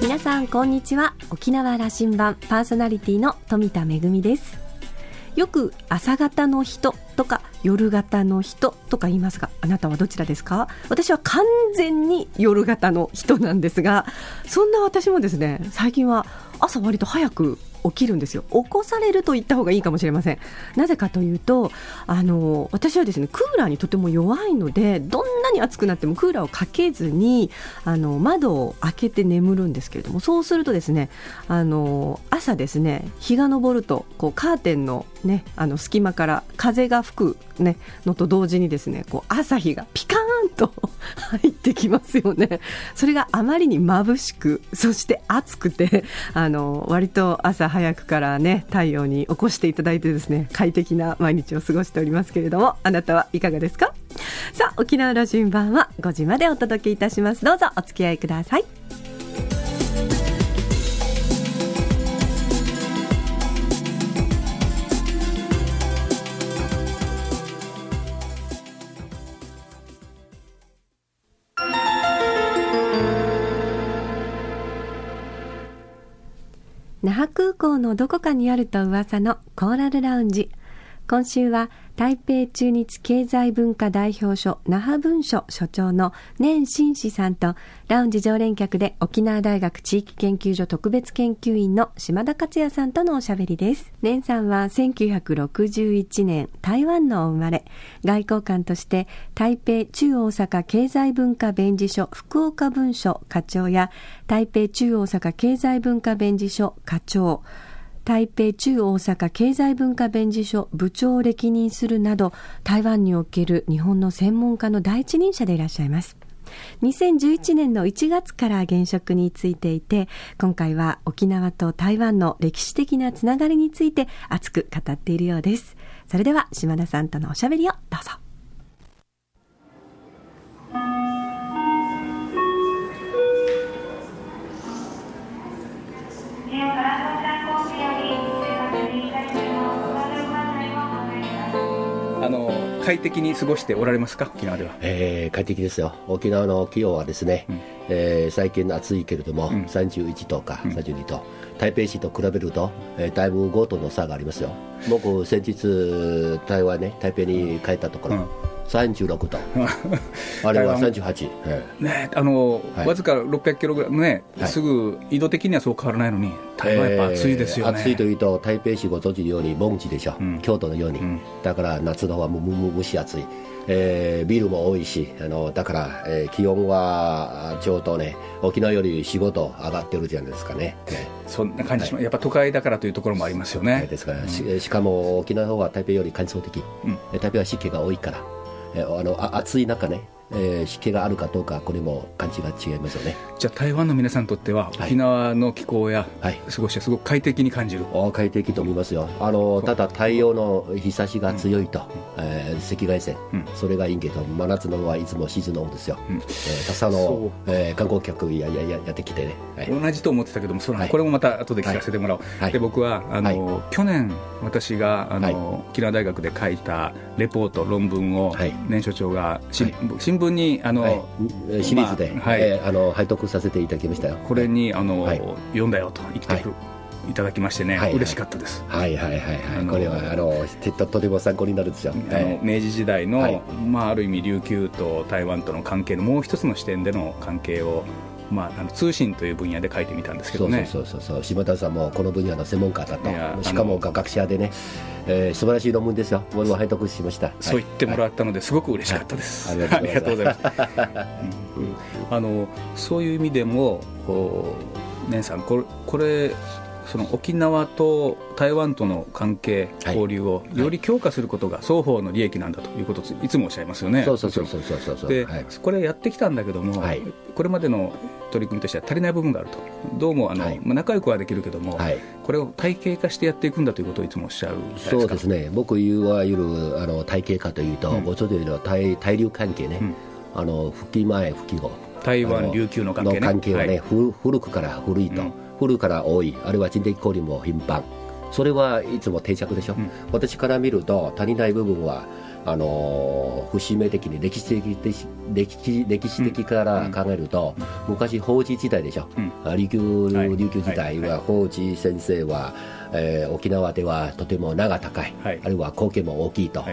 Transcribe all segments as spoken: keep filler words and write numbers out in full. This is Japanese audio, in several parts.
皆さんこんにちは。沖縄羅針盤パーソナリティの富田恵です。よく朝型の人とか夜型の人とか言いますが、あなたはどちらですか？私は完全に夜型の人なんですが、そんな私もですね、最近は朝割と早く起きるんですよ。起こされると言った方がいいかもしれません。なぜかというと、あの私はですね、クーラーにとても弱いので、どんなに暑くなってもクーラーをかけずにあの窓を開けて眠るんですけれども、そうするとですね、あの朝ですね、日が昇るとこうカーテンの、ね、あの隙間から風が吹く、ね、のと同時にですね、こう朝日がピカーンと入ってきますよね。それがあまりに眩しく、そして暑くて、あの割と朝早くからね、太陽に起こしていただいてですね、快適な毎日を過ごしておりますけれども、あなたはいかがですか？さあ、沖縄羅針盤はごじまでお届けいたします。どうぞお付き合いください。那覇空港のどこかにあると噂のコーラルラウンジ。今週は台北駐日経済文化代表所那覇分所所長の年真志さんと、ラウンジ常連客で沖縄大学地域研究所特別研究員の島田克也さんとのおしゃべりです。年さんはせんきゅうひゃくろくじゅういちねん台湾のお生まれ、外交官として台北中大阪経済文化弁事所福岡分所課長や台北中大阪経済文化弁事所課長、台北中大阪経済文化弁事所部長を歴任するなど、台湾における日本の専門家の第一人者でいらっしゃいます。にせんじゅういちねんのいちがつから現職に就いていて、今回は沖縄と台湾の歴史的なつながりについて熱く語っているようです。それでは島田さんとのおしゃべりをどうぞ。 あの快適に過ごしておられますか、沖縄では？ えー、快適ですよ。沖縄の気温はですね、うんえー、最近暑いけれども、うん、さんじゅういちどかさんじゅうにど、台北市と比べると、えー、だいぶごどの差がありますよ。僕先日台湾ね、台北に帰ったところ、うんさんじゅうろくどあれはさんじゅうはち、 ね、あの、はい、わずかろっぴゃくキロぐらいね、はい、すぐ緯度的にはそう変わらないのに、台湾はやっぱ暑いですよね。えー、暑いというと台北市ご存知のように盆地でしょ、うん、京都のように、うん、だから夏の方はむむむ蒸し暑い、えー、ビルも多いし、あのだから、えー、気温はちょうどね、沖縄よりよん、ごど上がってるじゃないですかね。ねそんな感じします、はい、やっぱ都会だからというところもありますよね。 ですから、うん、し, しかも沖縄の方は台北より乾燥的、うん、台北は湿気が多いから、あのあ暑い中ね、えー、湿気があるかどうか、これも感じが違いますよね。 じゃあ台湾の皆さんにとっては、はい、沖縄の気候や過ごしはすごく快適に感じる？ はい、快適と思いますよ。あのただ太陽の日差しが強いと、うんえー、赤外線、うん、それがいいけど、真夏のはいつもシーズンオフですよ。うんえー、たくさんの、えー、観光客ややややってきてね、 はい、同じと思ってたけども、それ、はい、これもまた後で聞かせてもらおう。はい、で僕はあの、はい、去年私があの、はい、沖縄大学で書いたレポート論文を、はい、年所長が、はい、新聞にあの、はい、 シリーズで、まあはいえー、あの拝読させていただきましたよ。 これにあの、はい、読んだよと言ってくる、はい、いただきましてね、はいはい、嬉しかったです。 はいはいはい、はい、これはあのと, とても参考になるんですよ。 あの明治時代の、はいまあ、ある意味琉球と台湾との関係のもう一つの視点での関係を、まあ、あの通信という分野で書いてみたんですけどね。 そうそうそうそう、島田さんもこの分野の専門家だと、しかも学者でね、えー、素晴らしい論文ですよ。僕も拝読しました。 そう言ってもらったのですごく嬉しかったです。はい、ありがとうございます。あのそういう意味でも、ねんさん、これ、これその沖縄と台湾との関係、交流をより強化することが双方の利益なんだということをいつもおっしゃいますよね。 そうそうそうそうそうそう。 で、はい、これやってきたんだけども、はい、これまでの取り組みとしては足りない部分があると。どうもあの、はいまあ、仲良くはできるけども、はい、これを体系化してやっていくんだということをいつもおっしゃるじゃないですか。 そうですね。僕いわゆるあの体系化というと、うん、ご存知の対対流関係ね、うん、あの復帰前復帰後台湾琉球の関係ね、 の関係はね、はい、古くから古いと、うん古から多い、あるいは人的交流も頻繁、 それはいつも定着でしょ、うん、私から見ると足りない部分はあの節目的に歴史的歴史歴史的から考えると、うん、昔法治時代でしょ、うん、琉球、はい、琉球時代は法治先生は、えー、沖縄ではとても名が高い、はい、あるいは貢献も大きいと、はい、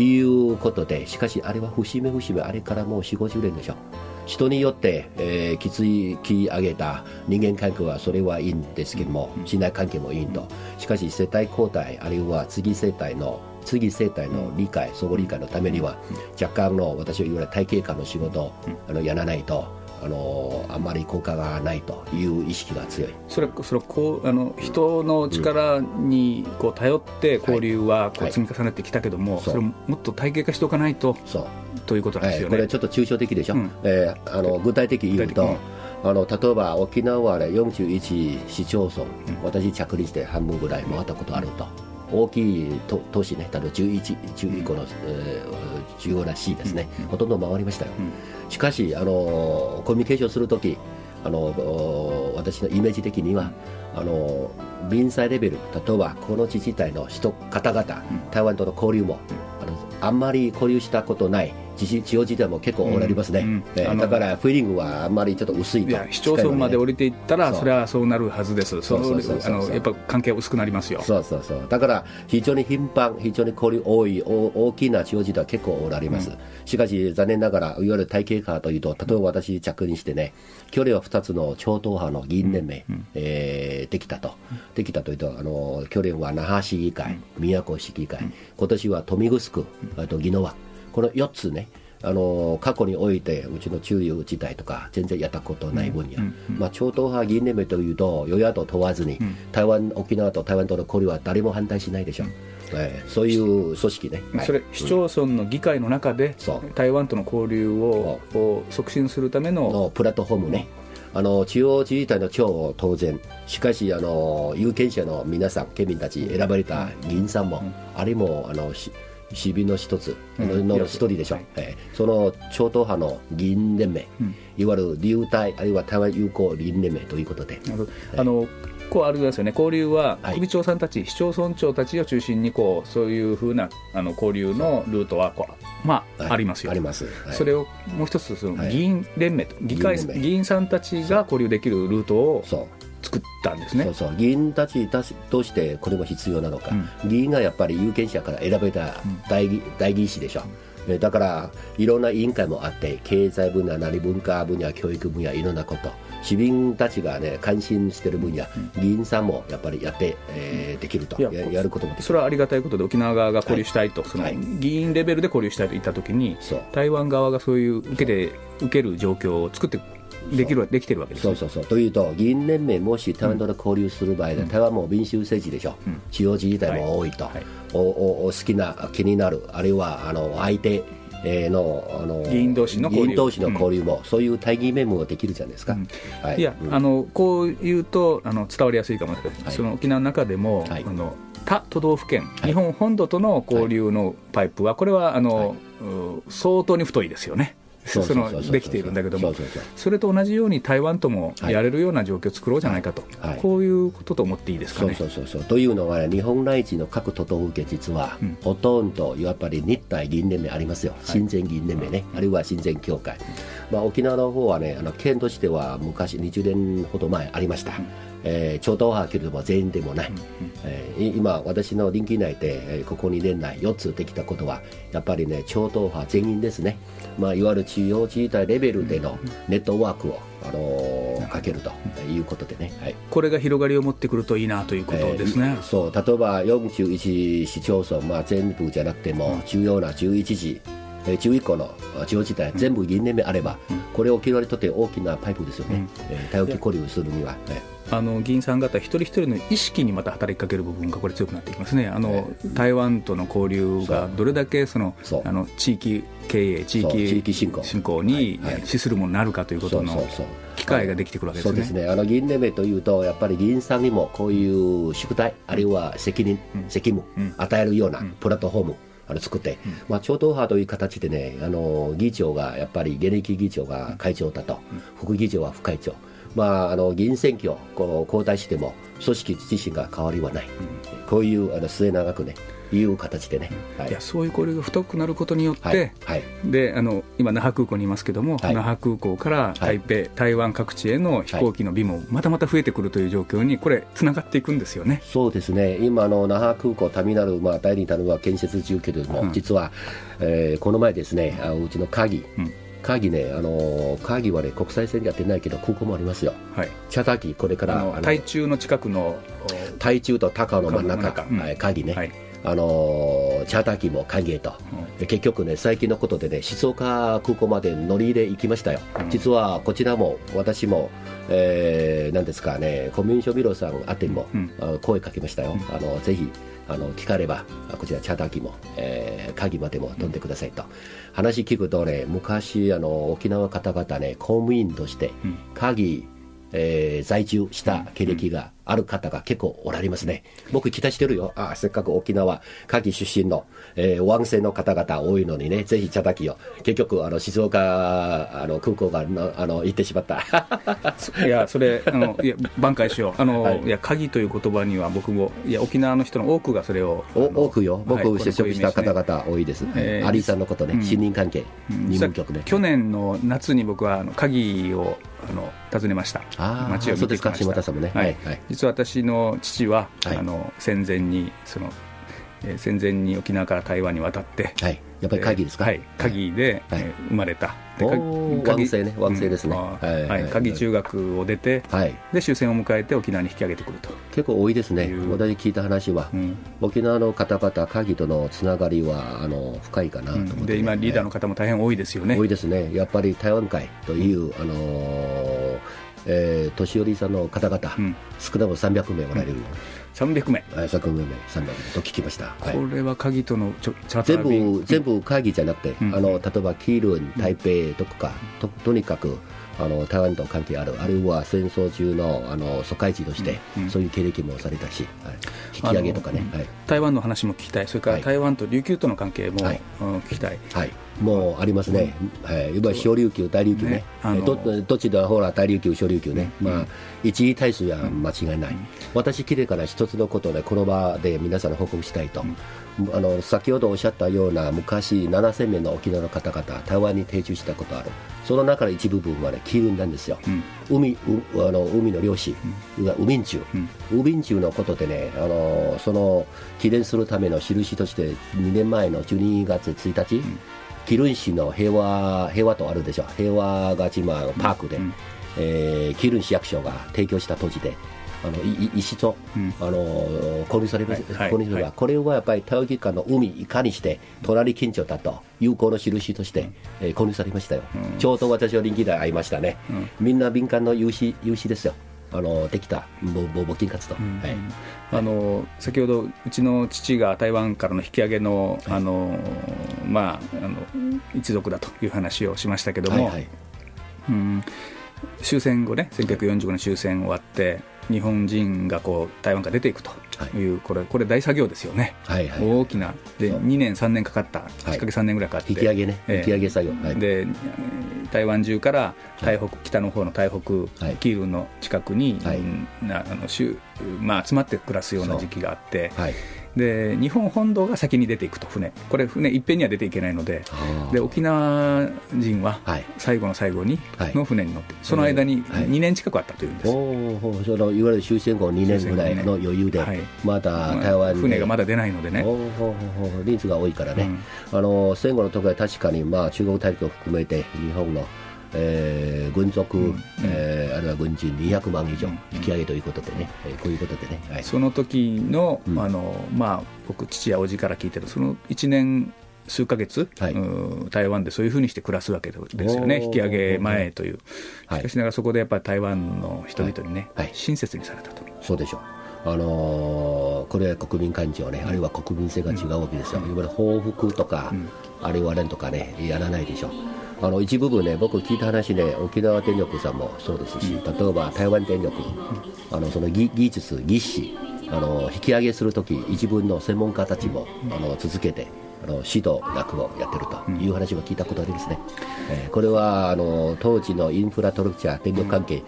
いうことで、しかしあれは節目節目あれからもう よんじゅうごじゅうねんでしょ。人によって、えー、築き上げた人間関係はそれはいいんですけども、信頼関係もいいと。しかし世帯交代あるいは次世帯の次世帯の理解、相互理解のためには若干の私は言われる体系化の仕事をあのやらないとあのあんまり効果がないという意識が強い。 それそれこうあの人の力にこう頼って交流はこう積み重ねてきたけども、はいはい、それをもっと体系化しておかないとそうということなんですよね、 えー、これちょっと抽象的でしょ、うんえー、あの具体的に言うと、あの例えば沖縄は、ね、よんじゅういち市町村、うん、私着任して半分ぐらい回ったことあると。大きい都都市ね、例えばじゅういち、じゅういっこの、えー、重要な市ですね、うん、ほとんど回りましたよ、うん、しかしあのコミュニケーションするとき、あの私のイメージ的にはあの臨済レベル、例えばこの自治体の人方々、うん、台湾との交流も、あのあんまり交流したことない地方自治体も結構おられますね、うんうんえー、だからフィーリングはあんまりちょっと薄いと。いや市町村まで降りていったら そ, それはそうなるはずです。やっぱ関係は薄くなりますよ。 そうそうそう。だから非常に頻繁、非常に交流多い大きな地方自治体は結構おられます、うん、しかし残念ながらいわゆる体系化というと、例えば私着任してね、距離はふたつの超党派の議員連盟、うんえー、できたとできたというと、あの去年は那覇市議会、宮古市議会、今年は豊見城、あと宜野湾、このよっつね、あの過去においてうちの中流時代とか全然やったことない分野、うんうんまあ、超党派議員連盟というと与野党問わずに、うん、台湾沖縄と台湾との交流は誰も反対しないでしょ、うんえー、そういう組織ね、 それ、はい、市町村の議会の中で、うん、台湾との交流を促進するため の, のプラットフォームね、あの地方自治体の長当然、しかしあの有権者の皆さん、県民たち選ばれた議員さんも、うん、あれもあの市民の一つの一人でしょ、うんえー、その超党派の議員連盟、うん、いわゆる流体あるいは台湾友好議員連盟ということで、 あのこうあるんですよね。交流は首長さんたち、はい、市町村長たちを中心にこうそういうふうなあの交流のルートはこう、まあはい、ありますよ。 あります、はい、 それをもう一つその議員連盟と、はい、議会議員さんたちが交流できるルートを作ったんですね。 そうそう、議員たちとしてこれも必要なのか、うん、議員がやっぱり有権者から選べた代議、うん、代議士でしょ、うん、だからいろんな委員会もあって、経済分野、何文化分野、教育分野、いろんなこと、市民たちが、ね、関心している分野、うん、議員さんもやっぱりやって、えー、できると や, やることもできる。 それはありがたいことで、沖縄側が交流したいと、はい、その議員レベルで交流したいと言ったときに、はい、台湾側がそういう受けて受ける状況を作ってできるできてるわけです、ね、 そうそうそう。というと、議員連盟もし台湾と交流する場合で、うん、台湾も民主政治でしょ、うん、地方自治体も多いと、はいはい、おおお好きな気になる、あるいはあの相手の, あの議員同士の交流、 議員同士の交流も、うん、そういう対議メモができるじゃないですか、うんはい、いや、うん、あのこう言うとあの伝わりやすいかもしれない、はい、その沖縄の中でも、はい、あの他都道府県、はい、日本本土との交流のパイプは、これはあの、はい、相当に太いですよね。そのできているんだけども、それと同じように台湾ともやれるような状況を作ろうじゃないかと、はいはい、こういうことと思っていいですかね。 そうそうそうそう。というのは、ね、日本内地の各都道府県、実は、うん、ほとんどやっぱり日台議員連盟ありますよ、親善議員連盟ね、はい、あるいは親善協会、まあ、沖縄の方はね、あの県としては昔にじゅうねんほど前ありました、うんえー、超党派けれども全員でもない、うんうんえー、今私の任期内で、えー、ここにねん内よっつできたことはやっぱりね、超党派全員ですね、まあ、いわゆる地方自治体レベルでのネットワークを、あのー、かけるということでね、はい、 これが広がりを持ってくるといいなということですね、 えー、そう例えばよんじゅういち市町村、まあ、全部じゃなくても、うん、重要なじゅういち市じゅういっこの地方自治体全部議員連盟あれば、うん、これを沖縄にとって大きなパイプですよね、うんえー、多様交流するには、ね、 あの議員さん方一人一人の意識にまた働きかける部分がこれ強くなっていきますね。あの、えー、台湾との交流がどれだけそのあの地域経営、地域振興に資するものになるかということの機会ができてくるわけですね。 そうですね。あの議員連盟というとやっぱり議員さんにもこういう宿題あるいは責任、うん、責務、うん、与えるようなプラットフォーム、うんあの作って、うんまあ、超党派という形でね、あの議長がやっぱり現役議長が会長だと、うん、副議長は副会長、 まあ、あの議員選挙こう交代しても組織自身が変わりはない、うん、こういうあの末永くねいう形でね、 はい、いやそういう交流が太くなることによって、はいはい、であの今那覇空港にいますけども、はい、那覇空港から台北、はい、台湾各地への飛行機の便もまたまた増えてくるという状況にこれつながっていくんですよね。 そうですね、今の那覇空港ターミナル、まあ、第二ターミナルは建設中けれども、うん、実は、えー、この前ですね、あうちの鍵、うん鍵ね、あの鍵はね国際線でやってないけど空港もありますよ、はい、チャーター機これからあの台中の近くの台中と高尾の真ん中、うんはい、鍵ね、はい、あのチャーター機も鍵へと、うん、結局ね最近のことでね静岡空港まで乗り入れ行きましたよ、うん、実はこちらも私も、えー、なんですかねコミュニションビロさんあてにも、うん、声かけましたよ、うん、あのぜひあの聞かればこちらチャーター機も、えー、鍵までも飛んでくださいと、うん、話聞くとね昔あの沖縄方々ね公務員として鍵、えー、在住した経歴がある方が結構おられますね。僕期待してるよ。あせっかく沖縄鍵出身の、えー、湾船の方々多いのにねぜひチャタキを結局あの静岡あの空港がのあの行ってしまったいやそれあのいや挽回しようあの、はい、いや鍵という言葉には僕もいや沖縄の人の多くがそれを多くよ僕、はい、接触した方々多いです、えー、アリーさんのことね、うん、信任関係、うん、任務局ね去年の夏に僕はあの鍵をあの訪ねました街を見てきました。 島田さんもね、はいはい、 実は私の父は、はい、あの戦前にその、えー、戦前に沖縄から台湾に渡って、 はい、やっぱり鍵ですか、 えーはい、鍵で、はいえー、生まれたで湾生ね湾生ですね、 うんはいはい、鍵中学を出て、はい、で終戦を迎えて沖縄に引き上げてくると結構多いですね。私聞いた話は、うん、沖縄の方々鍵とのつながりはあの深いかなと思って、ねうん、 で今リーダーの方も大変多いですよね。 多いですね。やっぱり台湾会という、うん、あのーえー、年寄りさんの方々、うん、少なくともさんびゃくめいおられる、うん、 さんびゃくめいさんびゃくめいさんびゃくめいと聞きました、 はい、これは鍵とのちょチャーター便全部全部鍵じゃなくて、うん、あの例えばキールン台北とか、うん、と, とにかくあの台湾と関係あるあるいは戦争中 の, あの疎開地として、うん、そういう経歴もされたし、はい、引き上げとかね、はい、 台湾の話も聞きたい。それから台湾と琉球との関係も、はいうん、聞きたい、 はい、もうありますね、うんはい、いわゆる小琉球大琉球 ね, ね、あのー、ど, どっちではほら大琉球小琉球ね、うんまあ、一位体制は間違いない、うん、私きれいから一つのことを、ね、この場で皆さんに報告したいと、うん、あの先ほどおっしゃったような昔ななせんめいの沖縄の方々台湾に定住したことある。その中の一部分はねキールンなんですよ、うん、海, うあの海の漁師、うん、ウミンチュウ、うん、ウミンチュウのことでねあのその記念するための印としてにねんまえのじゅうにがつついたち、うん、キルン市の平和平和とあるでしょ平和が島のパークで、うんえー、キルン市役所が提供した土地であの石と、うん、あの購入される、はい購入される、はい、これはやっぱり台湾機関の海いかにして隣近所だと友好の印として、うんえー、購入されましたよ、うん、ちょうど私は臨機で会いましたね、うん、みんな民間の有志有志ですよあのできた募金活動、うんはい、 あの先ほどうちの父が台湾からの引き上げ の,、はいあのまあ、あの一族だという話をしましたけども、はいはいうん終戦後ねせんきゅうひゃくよんじゅうごねん終戦終わって日本人がこう台湾から出ていくという、はい、これこれ大作業ですよね、はいはい、大きなでにねんさんねんかかったきっかけさんねんぐらいかかって、 引き上げね、えー、引き上げ作業、 はい、で台湾中から台北、はい、北の方の台北、はい、キールンの近くに、はいなあの州まあ、集まって暮らすような時期があって、はいで日本本土が先に出ていくと船これ船いっぺんには出ていけないの で, で沖縄人は最後の最後にの船に乗って、はい、その間ににねん近くあったというんです、はいおそのいわゆる終戦後にねんぐらいの余裕で、はい、まだ台湾に、まあ、 船がまだ出ないのでねおお人数が多いからね、うん、あの戦後の時は確かに、まあ、中国大陸を含めて日本のえー、軍属、うんえー、あるいは軍人にひゃくまん以上引き上げということでね、うん、こういうことでね、はい、 その時の、うんあのまあ、僕父や叔父から聞いてるそのいちねん数ヶ月、はい、台湾でそういうふうにして暮らすわけですよね引き上げ前という、はい、しかしながらそこでやっぱり台湾の人々にね、はいはい、親切にされたと。 そうでしょうあのー、これは国民感情ね、うん、あるいは国民性が違うわけですよ、うん、いわゆる報復とか、うん、あるいは何とかねやらないでしょあの一部分ね僕聞いた話ね沖縄電力さんもそうですし、うん、例えば台湾電力、うん、あのその 技, 技術技師あの引き上げするとき一部の専門家たちも、うん、あの続けてあの指導役をやってるという話も聞いたことありますね、うんえー、これはあの当時のインフラトルクチャー電力関係、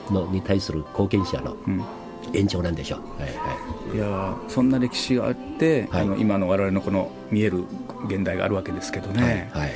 のに対する貢献者の延長なんでしょう、うんはいはい、 いやそんな歴史があって、はい、あの今の我々のこの見える現代があるわけですけどね、はいはい、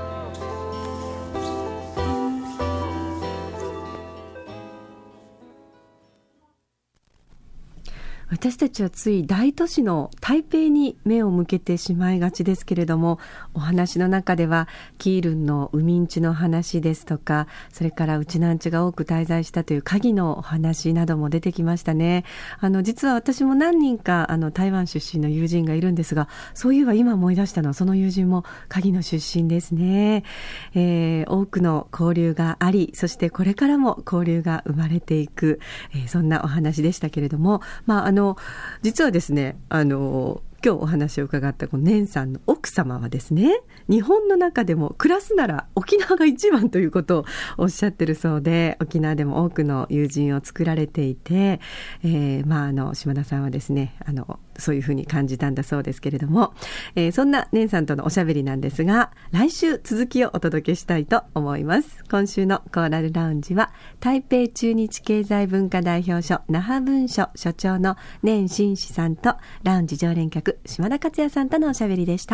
私たちはつい大都市の台北に目を向けてしまいがちですけれども、お話の中ではキールンのウミンチュの話ですとか、それからウチナンチュが多く滞在したという鍵のお話なども出てきましたね。あの実は私も何人かあの台湾出身の友人がいるんですが、そういえば今思い出したのはその友人も鍵の出身ですね、えー、多くの交流があり、そしてこれからも交流が生まれていく、えー、そんなお話でしたけれども、まああのあの実はですね、あの今日お話を伺ったこのネンさんの奥様はですね、日本の中でも暮らすなら沖縄が一番ということをおっしゃってるそうで、沖縄でも多くの友人を作られていて、えーまあ、あの島田さんはですね、あのそういうふうに感じたんだそうですけれども、えー、そんなネンさんとのおしゃべりなんですが、来週続きをお届けしたいと思います。今週のコーラルラウンジは台北駐日経済文化代表所那覇分所所長のネンシンシさんとラウンジ常連客島田克也さんとのおしゃべりでした。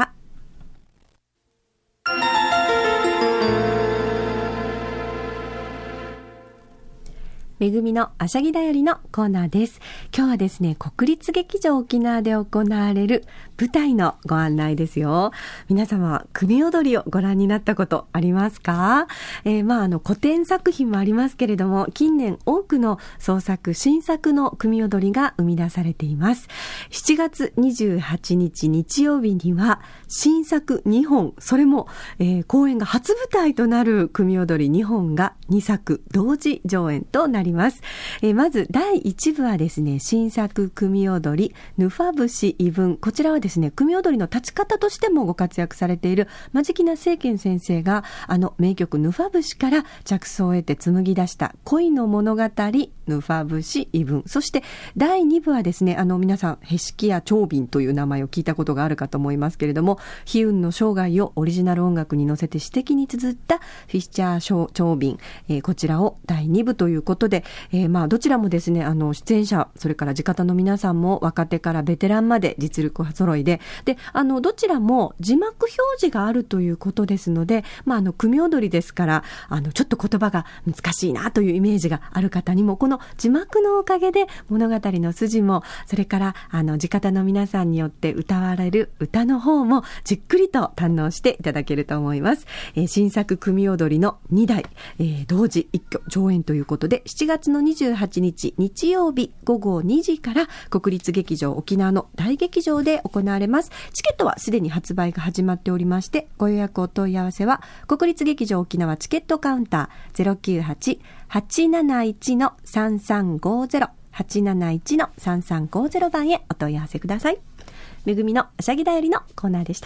めぐみのあしゃぎだよりのコーナーです。今日はですね、国立劇場沖縄で行われる舞台のご案内ですよ。皆様は組踊りをご覧になったことありますか？えー、まああの古典作品もありますけれども、近年多くの創作新作の組踊りが生み出されています。しちがつにじゅうはちにち日曜日には新作にほん、それも、えー、公演が初舞台となる組踊りにほんがにさく同時上演となります。ます。えー、まずだいいちぶはですね、新作組踊りヌファブシ異文。こちらはですね、組踊りの立ち方としてもご活躍されている間木名聖賢先生があの名曲ヌファブシから着想を得て紡ぎ出した恋の物語ヌファブシ異文。そしてだいにぶはですね、あの皆さんへしきや長瓶という名前を聞いたことがあるかと思いますけれども、悲運の生涯をオリジナル音楽に乗せて詩的に綴ったフィッシャー長瓶、えー、こちらをだいにぶということで、えー、まあどちらもですね、あの出演者、それから地方の皆さんも若手からベテランまで実力揃いで、であのどちらも字幕表示があるということですので、まあ、あの組踊りですからあのちょっと言葉が難しいなというイメージがある方にも、この字幕のおかげで物語の筋も、それからあの地方の皆さんによって歌われる歌の方もじっくりと堪能していただけると思います。えー、新作組踊りのにだい、えー、同時一挙上演ということで、しちがつのにじゅうはちにち日曜日ごごにじから国立劇場沖縄の大劇場で行われます。チケットはすでに発売が始まっておりまして、ご予約お問い合わせは国立劇場沖縄チケットカウンター ゼロきゅうはち はちなないち さんさんごゼロ はちなないち さんさんごゼロ 番へお問い合わせください。めぐみのあしゃぎだよりのコーナーでした。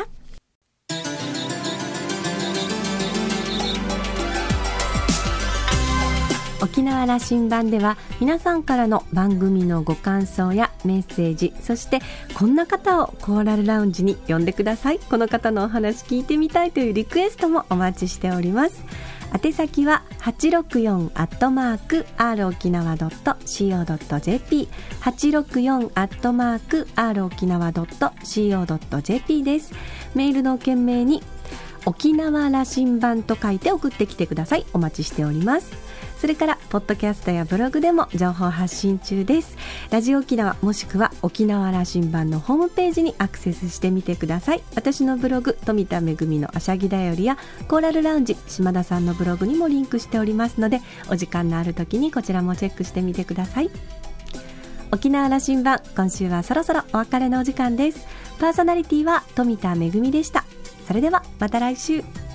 沖縄羅針盤では皆さんからの番組のご感想やメッセージ、そしてこんな方をコーラルラウンジに呼んでください、この方のお話聞いてみたいというリクエストもお待ちしております。宛先は はちろくよん アットマーク アール 沖縄 ドット シーオー ドット ジェーピー はちろくよん アットマーク アール 沖縄 ドット シーオー ドット ジェーピー です。メールの件名に沖縄羅針盤と書いて送ってきてください。お待ちしております。それからポッドキャストやブログでも情報発信中です。ラジオ沖縄もしくは沖縄羅針盤のホームページにアクセスしてみてください。私のブログ富田恵のあしゃぎだよりやコーラルラウンジ島田さんのブログにもリンクしておりますので、お時間のある時にこちらもチェックしてみてください。沖縄羅針盤、今週はそろそろお別れのお時間です。パーソナリティは富田恵でした。それではまた来週。